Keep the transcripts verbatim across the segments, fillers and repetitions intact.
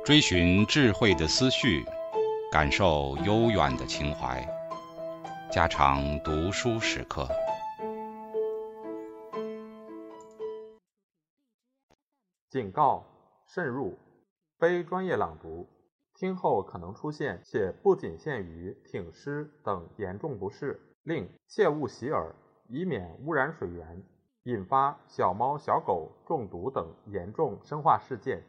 追寻智慧的思绪，感受悠远的情怀，家常读书时刻。 警告：慎入，非专业朗读，听后可能出现且不仅限于挺尸等严重不适，另切勿洗耳，以免污染水源，引发小猫小狗中毒等严重生化事件。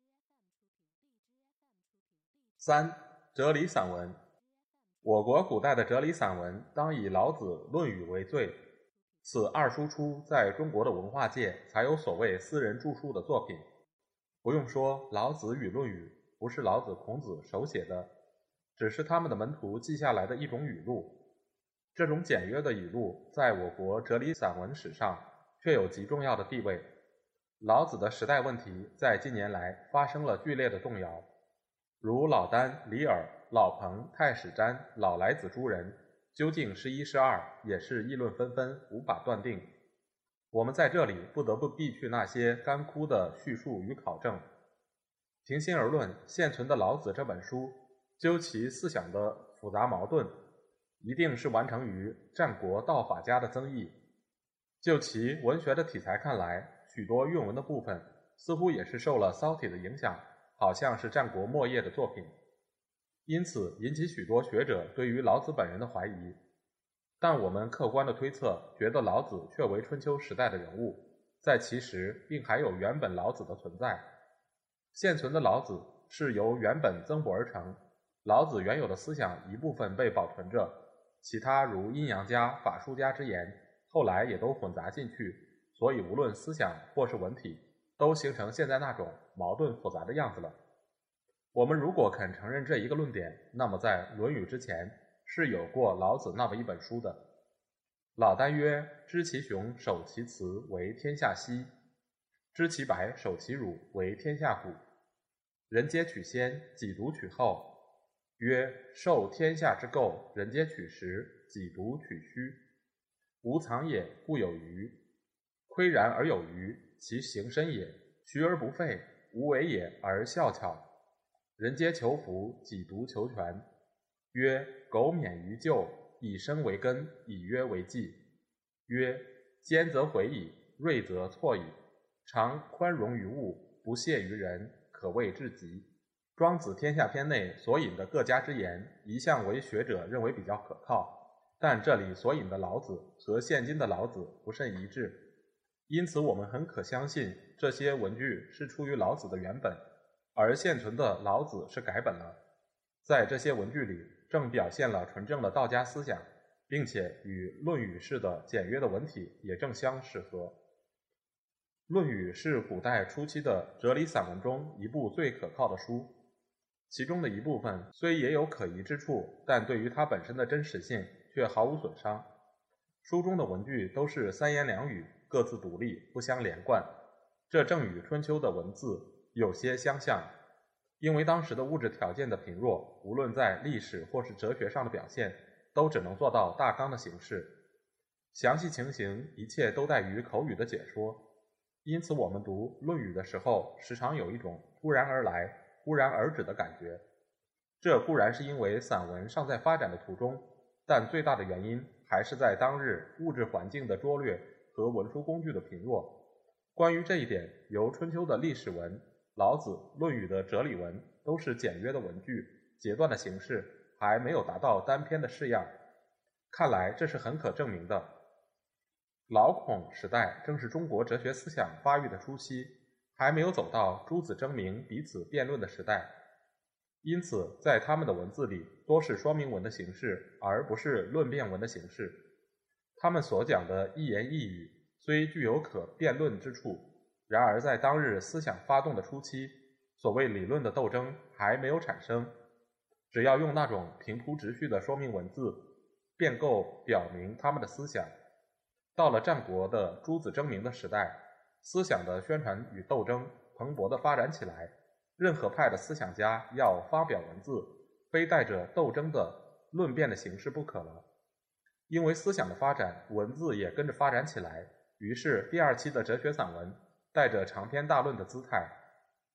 三、哲理散文。我国古代的哲理散文当以老子、论语为最，此二输出在中国的文化界才有所谓私人著述的作品。不用说，老子与论语不是老子、孔子手写的，只是他们的门徒记下来的一种语录。这种简约的语录在我国哲理散文史上却有极重要的地位。老子的时代问题在近年来发生了剧烈的动摇，如老聃、李耳、老彭、太史瞻、老来子诸人究竟是一是二，也是议论纷纷，无法断定。我们在这里不得不避去那些干枯的叙述与考证。平心而论，现存的老子这本书，究其思想的复杂矛盾，一定是完成于战国道法家的增益。就其文学的题材看来，许多韵文的部分似乎也是受了骚体的影响，好像是战国末叶的作品，因此引起许多学者对于老子本人的怀疑。但我们客观的推测，觉得老子确为春秋时代的人物，在其实并还有原本老子的存在。现存的老子是由原本增补而成，老子原有的思想一部分被保存着，其他如阴阳家、法术家之言，后来也都混杂进去，所以无论思想或是文体，都形成现在那种矛盾复杂的样子了。我们如果肯承认这一个论点，那么在《论语》之前是有过老子那么一本书的。老聃曰：知其雄，守其雌，为天下溪；知其白，守其乳，为天下谷。人皆取先，己独取后。曰：受天下之垢，人皆取实，己独取虚。无藏也，故有余；岿然而有余，其形深也；徐而不废，无为也而效巧。人皆求福，己独求全。曰：苟免于咎，以身为根，以约为纪。曰：坚则毁矣，锐则挫矣。常宽容于物，不屑于人，可谓至极。庄子天下篇内所引的各家之言，一向为学者认为比较可靠，但这里所引的老子和现今的老子不甚一致，因此我们很可相信这些文句是出于老子的原本，而现存的老子是改本了。在这些文句里，正表现了纯正的道家思想，并且与《论语》式的简约的文体也正相适合。《论语》是古代初期的哲理散文中一部最可靠的书，其中的一部分虽也有可疑之处，但对于它本身的真实性却毫无损伤。书中的文句都是三言两语，各自独立，不相连贯，这正与春秋的文字有些相像。因为当时的物质条件的贫弱，无论在历史或是哲学上的表现，都只能做到大纲的形式，详细情形一切都待于口语的解说。因此我们读《论语》的时候，时常有一种突然而来、忽然而止的感觉。这固然是因为散文尚在发展的途中，但最大的原因还是在当日物质环境的拙劣和文书工具的贫弱。关于这一点，由春秋的历史文、老子、论语的哲理文都是简约的文句，截断的形式还没有达到单篇的式样，看来这是很可证明的。老孔时代正是中国哲学思想发育的初期，还没有走到诸子争鸣、彼此辩论的时代，因此在他们的文字里多是说明文的形式，而不是论辩文的形式。他们所讲的一言一语虽具有可辩论之处，然而在当日思想发动的初期，所谓理论的斗争还没有产生，只要用那种平铺直叙的说明文字，便够表明他们的思想。到了战国的诸子争鸣的时代，思想的宣传与斗争蓬勃地发展起来，任何派的思想家要发表文字，非带着斗争的论辩的形式不可了。因为思想的发展，文字也跟着发展起来，于是第二期的哲学散文带着长篇大论的姿态，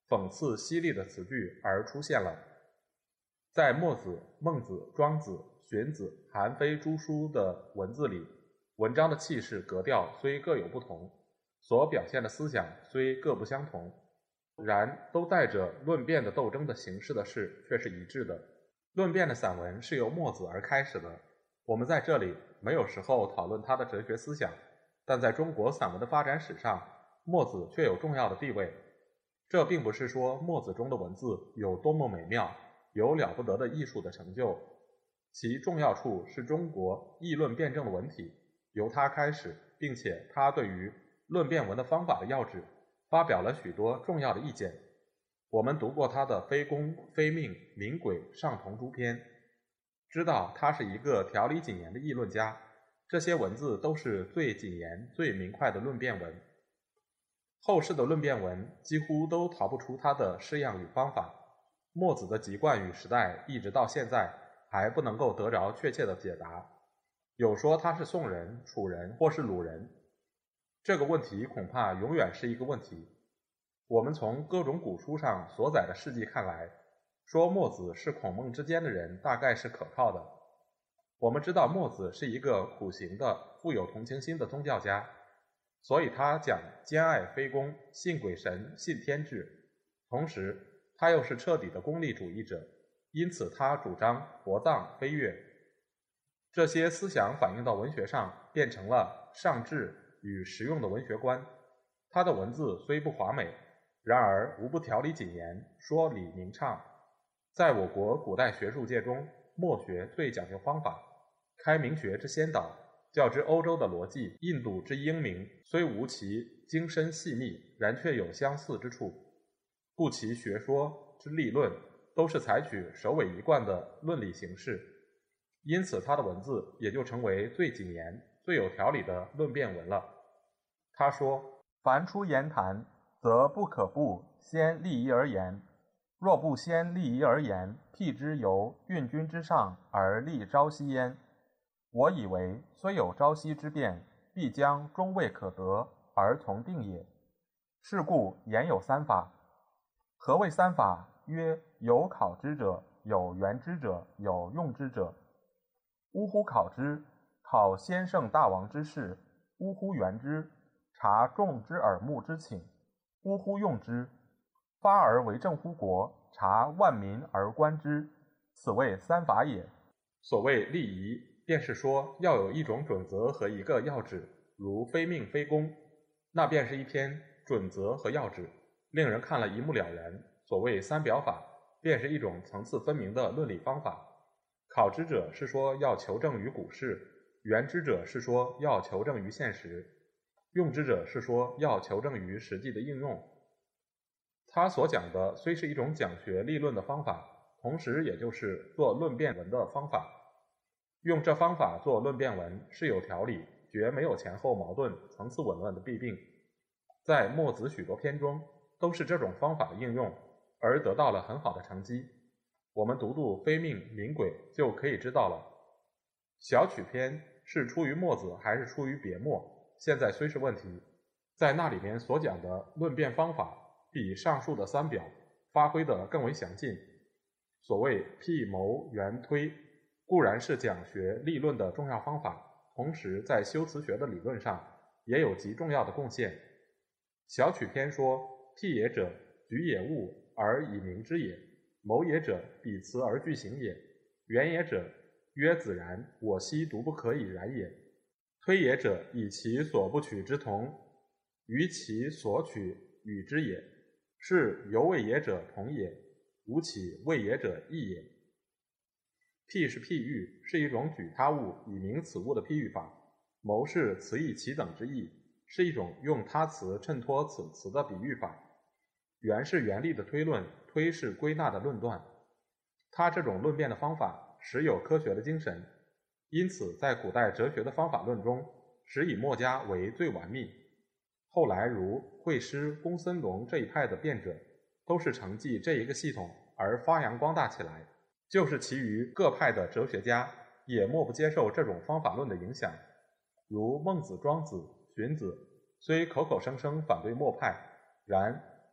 讽刺犀利的词句而出现了。在墨子、孟子、庄子、荀子、韩非诸书的文字里，文章的气势格调虽各有不同，所表现的思想虽各不相同，然都带着论辩的斗争的形式的事却是一致的。论辩的散文是由墨子而开始的，我们在这里没有时候讨论他的哲学思想，但在中国散文的发展史上，墨子却有重要的地位。这并不是说墨子中的文字有多么美妙，有了不得的艺术的成就，其重要处是中国议论辩证的文体由他开始，并且他对于论辩文的方法的要旨发表了许多重要的意见。我们读过他的非攻、非命、临轨、上同诸篇，知道他是一个条理谨严的议论家，这些文字都是最谨严、最明快的论辩文。后世的论辩文几乎都逃不出他的式样与方法。墨子的籍贯与时代一直到现在还不能够得着确切的解答，有说他是宋人、楚人或是鲁人，这个问题恐怕永远是一个问题。我们从各种古书上所载的事迹看来，说墨子是孔孟之间的人大概是可靠的。我们知道墨子是一个苦行的、富有同情心的宗教家，所以他讲兼爱非攻，信鬼神，信天志，同时他又是彻底的功利主义者，因此他主张佛藏飞跃。这些思想反映到文学上，变成了上智与实用的文学观。他的文字虽不华美，然而无不条理谨严，说理明畅。在我国古代学术界中，墨学最讲究方法，开明学之先导，较之欧洲的逻辑、印度之英明，虽无其精深细密，然却有相似之处，故其学说之立论都是采取首尾一贯的论理形式，因此他的文字也就成为最谨严、最有条理的论辩文了。他说：凡出言谈，则不可不先立疑而言，若不先立疑而言，辟之由运君之上而立朝夕焉。我以为虽有朝夕之辩，必将终未可得而从定也。是故言有三法。何谓三法？曰：有考之者，有原之者，有用之者。呜呼考之，考先圣大王之事；呜呼原之，察众之耳目之请；呜呼用之，发而为政乎国，察万民而观之。此谓三法也。所谓立疑，便是说要有一种准则和一个要旨，如非命非攻，那便是一篇准则和要旨，令人看了一目了然。所谓三表法，便是一种层次分明的论理方法。考之者是说要求证于古事，原之者是说要求证于现实，用之者是说要求证于实际的应用。他所讲的虽是一种讲学立论的方法，同时也就是做论辩文的方法。用这方法做论辩文是有条理，绝没有前后矛盾、层次紊乱的弊病。在墨子许多篇中都是这种方法的应用，而得到了很好的成绩。我们读读非命、临轨就可以知道了。小曲篇是出于墨子还是出于别墨，现在虽是问题，在那里面所讲的论辩方法比上述的三表发挥得更为详尽。所谓辟、谋、圆、推，固然是讲学立论的重要方法，同时在修辞学的理论上也有极重要的贡献。小曲篇说：辟也者，举也物而以明之也；谋也者，比辞而具行也；圆也者，曰子然，我昔独不可以然也；推也者，以其所不取之同，于其所取与之也。是犹未也者同也，吾岂未也者异也。辟是譬喻，是一种举他物以明此物的譬喻法；谋是词义其等之意，是一种用他词衬托此词的比喻法；圆是原理的推论，推是归纳的论断。他这种论辩的方法实有科学的精神，因此在古代哲学的方法论中，实以墨家为最完密。后来如惠施、公孙龙这一派的辩者，都是承继这一个系统而发扬光大起来。就是其余各派的哲学家也莫不接受这种方法论的影响，如孟子、庄子、荀子虽口口声声反对墨派，然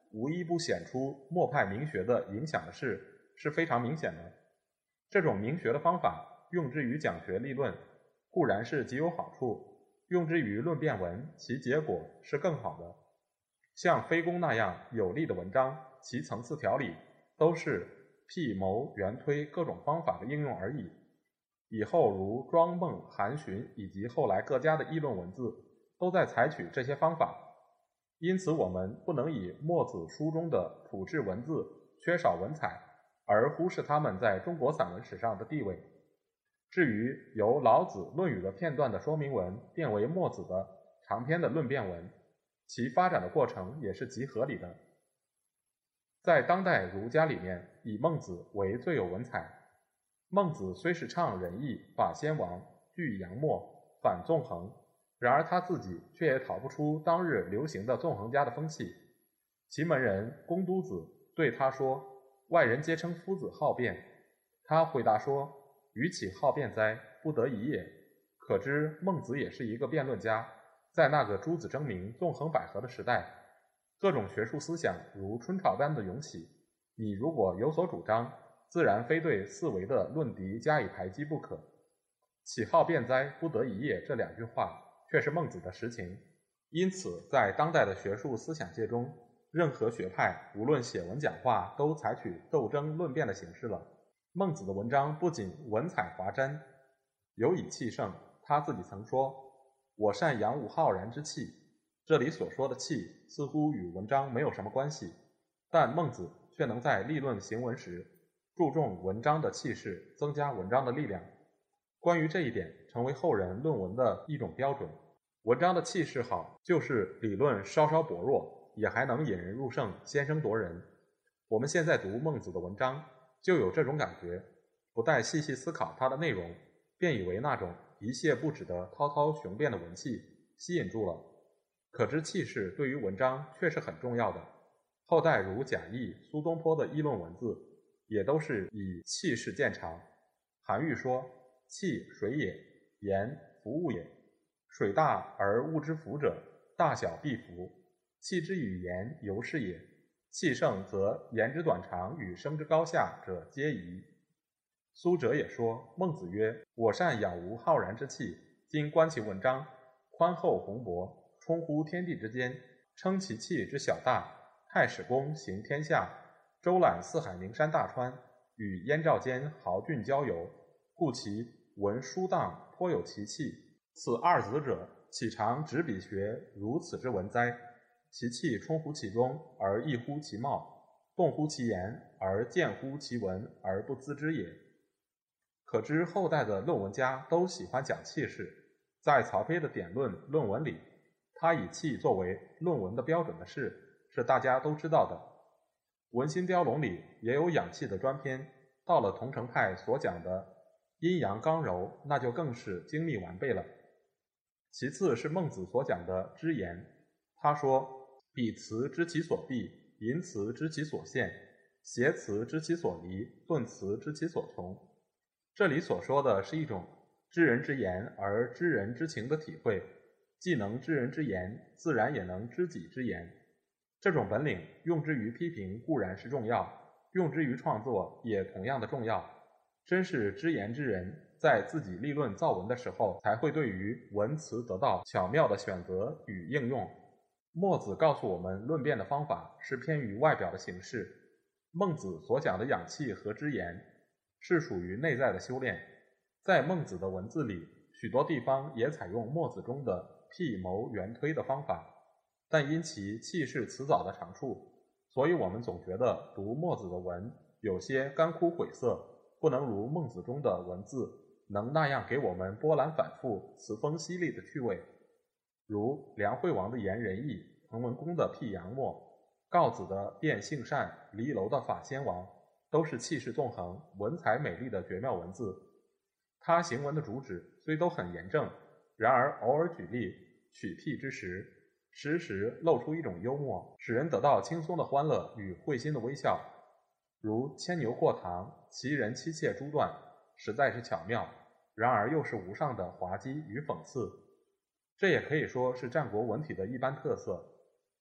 无一不显出墨派名学的影响的事是非常明显的。这种明学的方法用之于讲学立论，固然是极有好处，用之于论辩文，其结果是更好的。像非攻那样有力的文章，其层次条理都是辟谋圆推各种方法的应用而已。以后如庄孟韩荀以及后来各家的议论文字都在采取这些方法，因此我们不能以墨子书中的朴质文字缺少文采而忽视他们在中国散文史上的地位。至于由老子、论语的片段的说明文变为墨子的长篇的论辩文，其发展的过程也是极合理的。在当代儒家里面，以孟子为最有文采。孟子虽是倡仁义、法先王、拒杨墨、反纵横，然而他自己却也逃不出当日流行的纵横家的风气。其门人公都子对他说：“外人皆称夫子好辩。”他回答说：“予岂好辩哉？不得已也。”可知孟子也是一个辩论家。在那个诸子争鸣、纵横捭阖的时代，各种学术思想如春潮般的涌起，你如果有所主张，自然非对四维的论敌加以排击不可。岂好辩哉，不得已也这两句话却是孟子的实情。因此在当代的学术思想界中，任何学派无论写文讲话都采取斗争论辩的形式了。孟子的文章不仅文采华珍，有以气盛，他自己曾说：“我善扬吾浩然之气。”这里所说的气似乎与文章没有什么关系，但孟子却能在立论行文时注重文章的气势，增加文章的力量。关于这一点，成为后人论文的一种标准。文章的气势好，就是理论稍稍薄弱，也还能引人入胜，先声夺人。我们现在读孟子的文章，就有这种感觉，不待细细思考它的内容，便以为那种一泻不止的滔滔雄辩的文气吸引住了。可知气势对于文章确实很重要的。后代如贾谊、苏东坡的议论文字，也都是以气势见长。韩愈说：“气水也，言服物也。水大而物之浮者，大小必服。气之与言由是也。气盛则言之短长与声之高下者皆宜。”苏辙也说：“孟子曰：‘我善养吾浩然之气，今观其文章，宽厚宏博，冲乎天地之间，称其气之小大。太史公行天下，周览四海名山大川，与燕赵间豪俊交游，故其文殊荡，颇有其气。此二子者，岂常执笔学如此之文哉？其气冲乎其中，而异乎其貌，动乎其言，而见乎其文，而不咨之也。”可知后代的论文家都喜欢讲气势。在曹丕的典论论文里，他以气作为论文的标准的事，是大家都知道的。文心雕龙里也有养气的专篇，到了桐城派所讲的阴阳刚柔，那就更是精密完备了。其次是孟子所讲的知言，他说：“比词知其所避，淫词知其所限，谐词知其所离，顿词知其所从。”这里所说的是一种知人之言而知人之情的体会，既能知人之言，自然也能知己之言。这种本领用之于批评固然是重要，用之于创作也同样的重要。真是知言之人，在自己立论造文的时候，才会对于文词得到巧妙的选择与应用。墨子告诉我们，论辩的方法是偏于外表的形式。孟子所讲的养气和知言，是属于内在的修炼。在孟子的文字里，许多地方也采用墨子中的辟谋圆推的方法，但因其气势辞藻的长处，所以我们总觉得读墨子的文有些干枯晦涩，不能如孟子中的文字能那样给我们波澜反复、词风犀利的趣味。如梁惠王的言仁义，滕文公的辟杨墨，告子的辩性善，离楼的法先王，都是气势纵横、文采美丽的绝妙文字。他行文的主旨虽都很严正，然而偶尔举例取辟之时，时时露出一种幽默，使人得到轻松的欢乐与会心的微笑。如牵牛过塘，其人妻妾诸段，实在是巧妙，然而又是无上的滑稽与讽刺。这也可以说是战国文体的一般特色。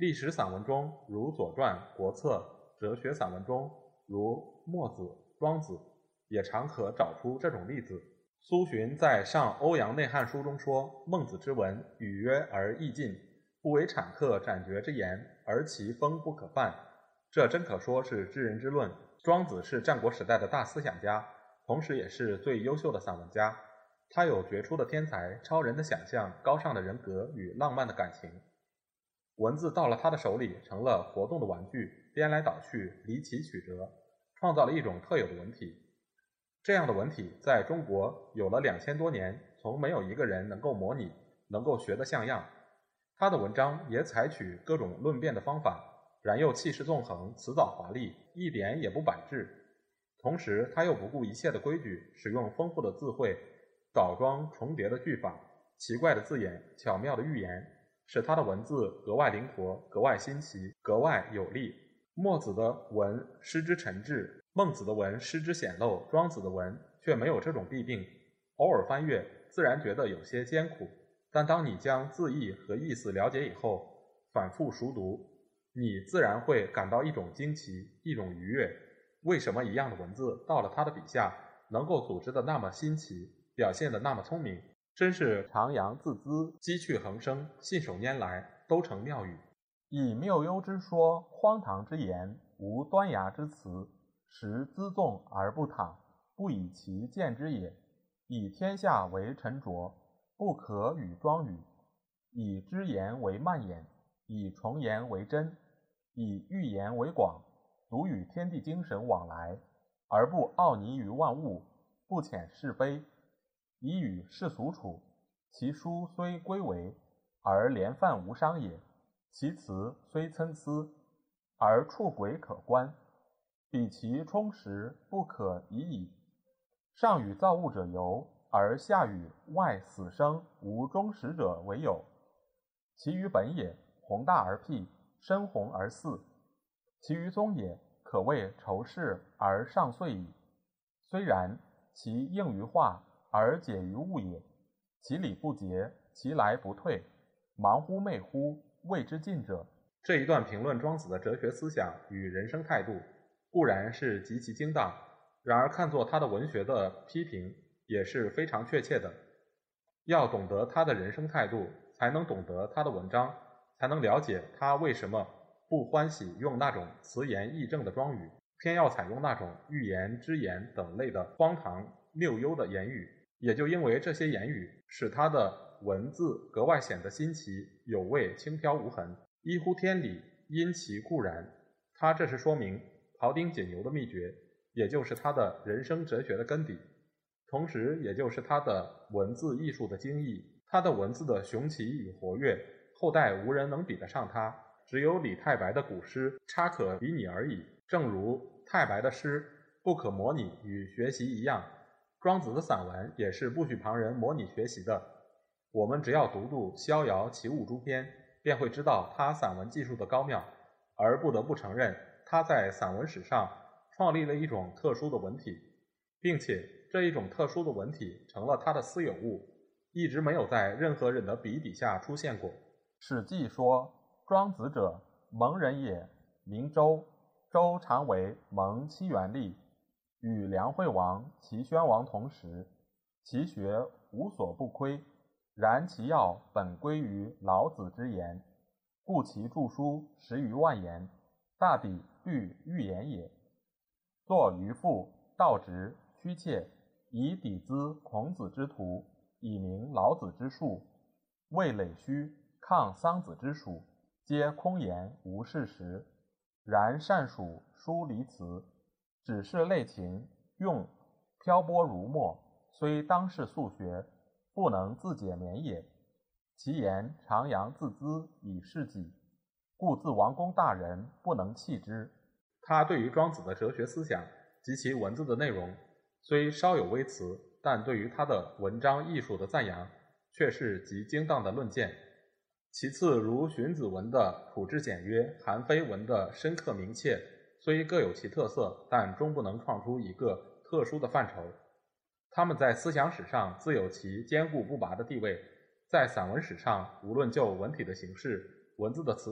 历史散文中如《左传》《国策》，哲学散文中如墨子、庄子，也常可找出这种例子。苏洵在《上欧阳内汉书》中说：“孟子之文，语约而意尽，不为阐克斩绝之言，而其风不可犯。”这真可说是知人之论。庄子是战国时代的大思想家，同时也是最优秀的散文家。他有绝出的天才、超人的想象、高尚的人格与浪漫的感情。文字到了他的手里，成了活动的玩具，颠来倒去，离奇曲折，创造了一种特有的文体。这样的文体在中国有了两千多年，从没有一个人能够模拟，能够学得像样。他的文章也采取各种论辩的方法，然又气势纵横，辞藻华丽，一点也不板滞。同时他又不顾一切的规矩，使用丰富的智慧，倒装重叠的句法，奇怪的字眼，巧妙的寓言，使他的文字格外灵活，格外新奇，格外有力。墨子的文失之沉滞，孟子的文失之显露，庄子的文却没有这种弊病。偶尔翻阅，自然觉得有些艰苦，但当你将字义和意思了解以后，反复熟读，你自然会感到一种惊奇，一种愉悦。为什么一样的文字到了他的笔下，能够组织的那么新奇，表现的那么聪明？真是徜徉自兹，积趣横生，信手拈来，都成妙语。 以谬幽之说，荒唐之言，无端崖之词，实辎纵而不淌，不以其见之也。以天下为沉着，不可与庄语；以只言为漫言，以重言为真，以寓言为广，独与天地精神往来，而不傲睨于万物，不遣是非，以与世俗处。其书虽归为，而连泛无伤也；其词虽参差，而触轨可观。彼其充实，不可已矣。上与造物者游，而下与外死生无终始者为有。其余本也，宏大而辟，深宏而肆；其余宗也，可谓仇视而上遂矣。虽然，其应于化而解于物也。其理不竭，其来不退，忙乎昧乎，谓之尽者。 这一段评论庄子的哲学思想与人生态度，固然是极其精当，然而看作他的文学的批评也是非常确切的。要懂得他的人生态度，才能懂得他的文章，才能了解他为什么不欢喜用那种词言义正的庄语，偏要采用那种寓言、只言等类的荒唐谬幽的言语。也就因为这些言语，使他的文字格外显得新奇有味，轻飘无痕，依乎天理，因其固然。他这是说明庖丁解牛的秘诀，也就是他的人生哲学的根底，同时也就是他的文字艺术的精义。他的文字的雄奇与活跃，后代无人能比得上他，只有李太白的古诗差可比拟而已。正如太白的诗不可模拟与学习一样，庄子的散文也是不许旁人模拟学习的。我们只要读读《逍遥齐物诸篇》，便会知道他散文技术的高妙，而不得不承认他在散文史上创立了一种特殊的文体，并且这一种特殊的文体成了他的私有物，一直没有在任何人的笔底下出现过。 史记说：“庄子者，蒙人也，名周。周常为蒙七元吏，与梁惠王、齐宣王同时，其学无所不窥，然其要本归于老子之言，故其著书十余万言，大抵欲寓言也。作渔父、道直、屈切，以抵资孔子之徒，以明老子之术，谓累虚，抗桑子之属，皆空言无事实。然善属书离辞，只是类情，用漂泊如墨，虽当世素学，不能自解绵也。其言徜徉自兹以事己，故自王公大人不能弃之。” 他对于庄子的哲学思想及其文字的内容虽稍有微词，但对于他的文章艺术的赞扬却是极精当的论见。其次如荀子文的朴质简约，韩非文的深刻明切，虽各有其特色，但终不能创出一个特殊的范畴。他们在思想史上自有其坚固不拔的地位，在散文史上无论就文体的形式、文字的辞藻、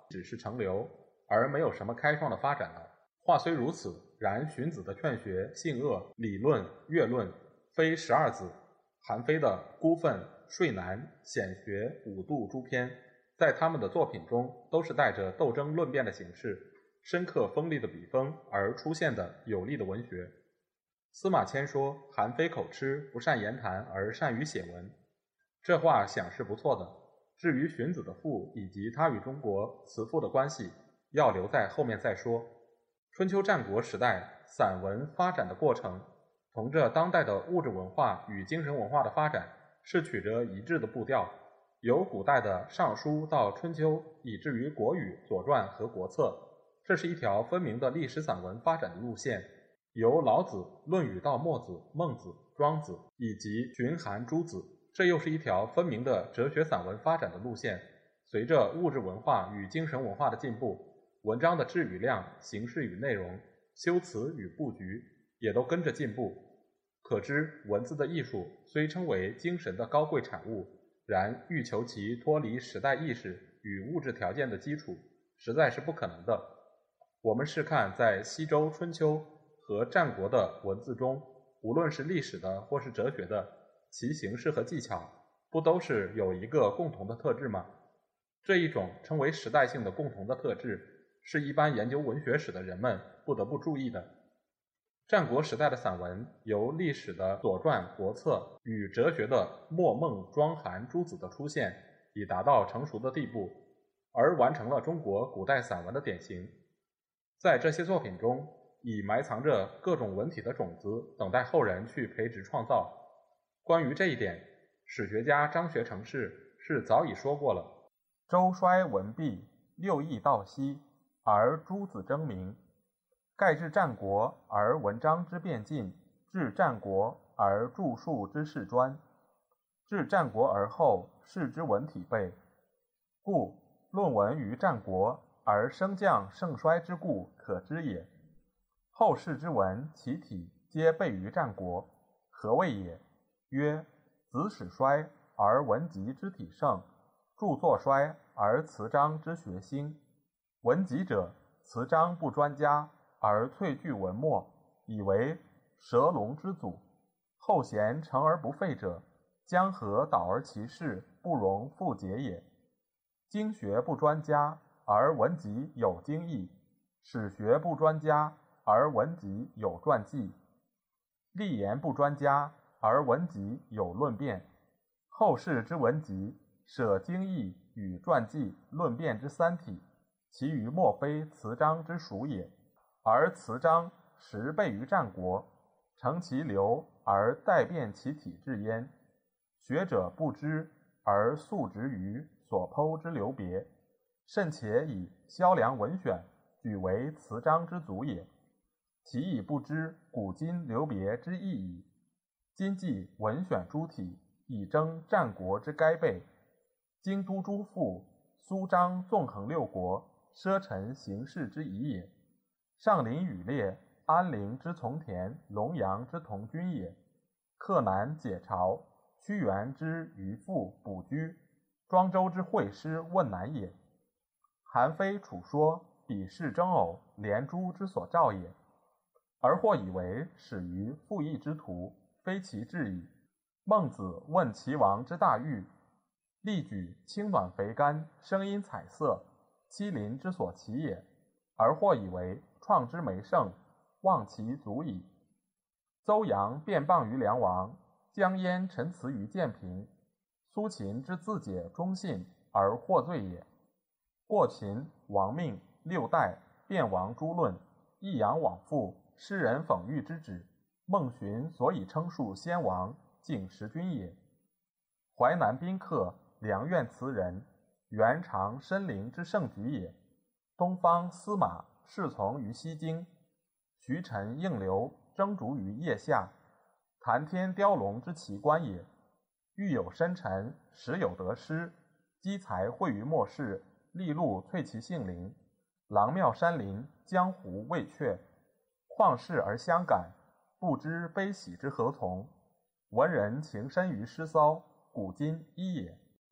只是成流，而没有什么开创的发展了。话虽如此，然荀子的劝学、性恶、理论、乐论，非十二子；韩非的孤愤、说难、显学、五度诸篇，在他们的作品中都是带着斗争论辩的形式，深刻锋利的笔锋而出现的有力的文学。司马迁说韩非口吃，不善言谈，而善于写文，这话想是不错的。至于荀子的赋以及他与中国词赋的关系，要留在后面再说。春秋战国时代散文发展的过程，同着当代的物质文化与精神文化的发展是取着一致的步调。由古代的尚书到春秋，以至于国语、左传和国策，这是一条分明的历史散文发展的路线。由老子、论语到墨子、孟子、庄子以及荀韩诸子，这又是一条分明的哲学散文发展的路线。随着物质文化与精神文化的进步，文章的质与量、形式与内容、修辞与布局也都跟着进步。可知文字的艺术虽称为精神的高贵产物，然欲求其脱离时代意识与物质条件的基础，实在是不可能的。我们试看在西周春秋和战国的文字中，无论是历史的或是哲学的，其形式和技巧不都是有一个共同的特质吗？这一种称为时代性的共同的特质，是一般研究文学史的人们不得不注意的。战国时代的散文由历史的左传、国策与哲学的墨、孟、庄、韩诸子的出现，已达到成熟的地步，而完成了中国古代散文的典型。在这些作品中，已埋藏着各种文体的种子，等待后人去培植创造。关于这一点，史学家张学成氏是早已说过了： 周衰文毕，六艺道息，而诸子争鸣。盖至战国而文章之变尽，至战国而著述之事专，至战国而后世之文体备。故论文于战国而升降盛衰之故可知也。后世之文其体皆备于战国，何谓也？曰：子史衰而文集之体盛，著作衰而词章之学兴。文集者，词章不专家，而萃聚文墨，以为蛇龙之祖。后贤成而不废者，江河导而其势不容复解也。经学不专家，而文集有经义；史学不专家，而文集有传记；立言不专家，而文集有论辩。后世之文集，舍经义与传记、论辩之三体，其余莫非词章之属也。而词章实备于战国，成其流而代变其体制焉。学者不知，而素执于所剖之流别，甚且以萧梁文选举为词章之祖也。其已不知古今流别之意矣。今既文选诸体，以争战国之该备。京都诸赋，苏张纵横六国，奢陈形式之宜也。上林羽猎，安陵之从田，龙阳之同君也。克难解嘲，屈原之渔父卜居，庄周之会师问难也。韩非楚说，比试争偶，连珠之所兆也。而或以为始于赋役之徒，非其志矣。孟子问齐王之大欲，例举清暖肥甘，声音彩色，妻邻之所起也。而或以为创之没盛，望其足矣。邹阳辩谤于梁王，江淹陈词于建平，苏秦之自解忠信而获罪也。过秦、王命、六代、辩王诸论，抑扬往复，诗人讽喻之旨。孟荀所以称述先王，竟时君也。淮南宾客，梁苑词人，元长申陵之盛举也。东方司马侍从于西京，徐臣应流争逐于腋下，谈天雕龙之奇观也。欲有深沉，时有得失，积才汇于末世，利禄萃其性灵。郎庙山林，江湖未却，旷世而相感，不知悲喜之何从。文人情深于诗骚，古今一也。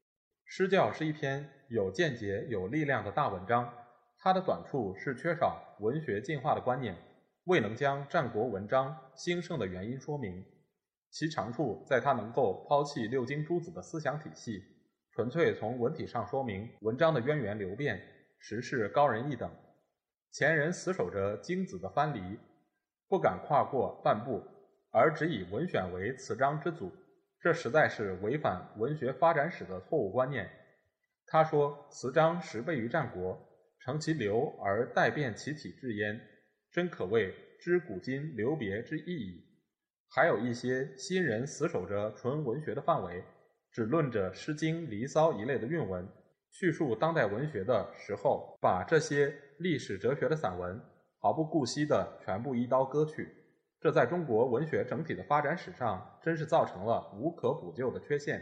诗教是一篇有见解、有力量的大文章，它的短处是缺少文学进化的观念，未能将战国文章兴盛的原因说明；其长处在它能够抛弃六经诸子的思想体系，纯粹从文体上说明文章的渊源流变，实是高人一等。前人死守着经子的藩篱，不敢跨过半步，而只以文选为词章之祖，这实在是违反文学发展史的错误观念。他说词章实备于战国，成其流而代变其体制焉，真可谓知古今流别之意矣。还有一些新人死守着纯文学的范围，只论着《诗经》《离骚》一类的韵文，叙述当代文学的时候，把这些历史哲学的散文毫不顾惜地全部一刀割去，这在中国文学整体的发展史上真是造成了无可补救的缺陷。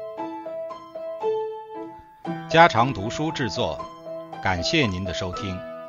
家常读书制作，感谢您的收听。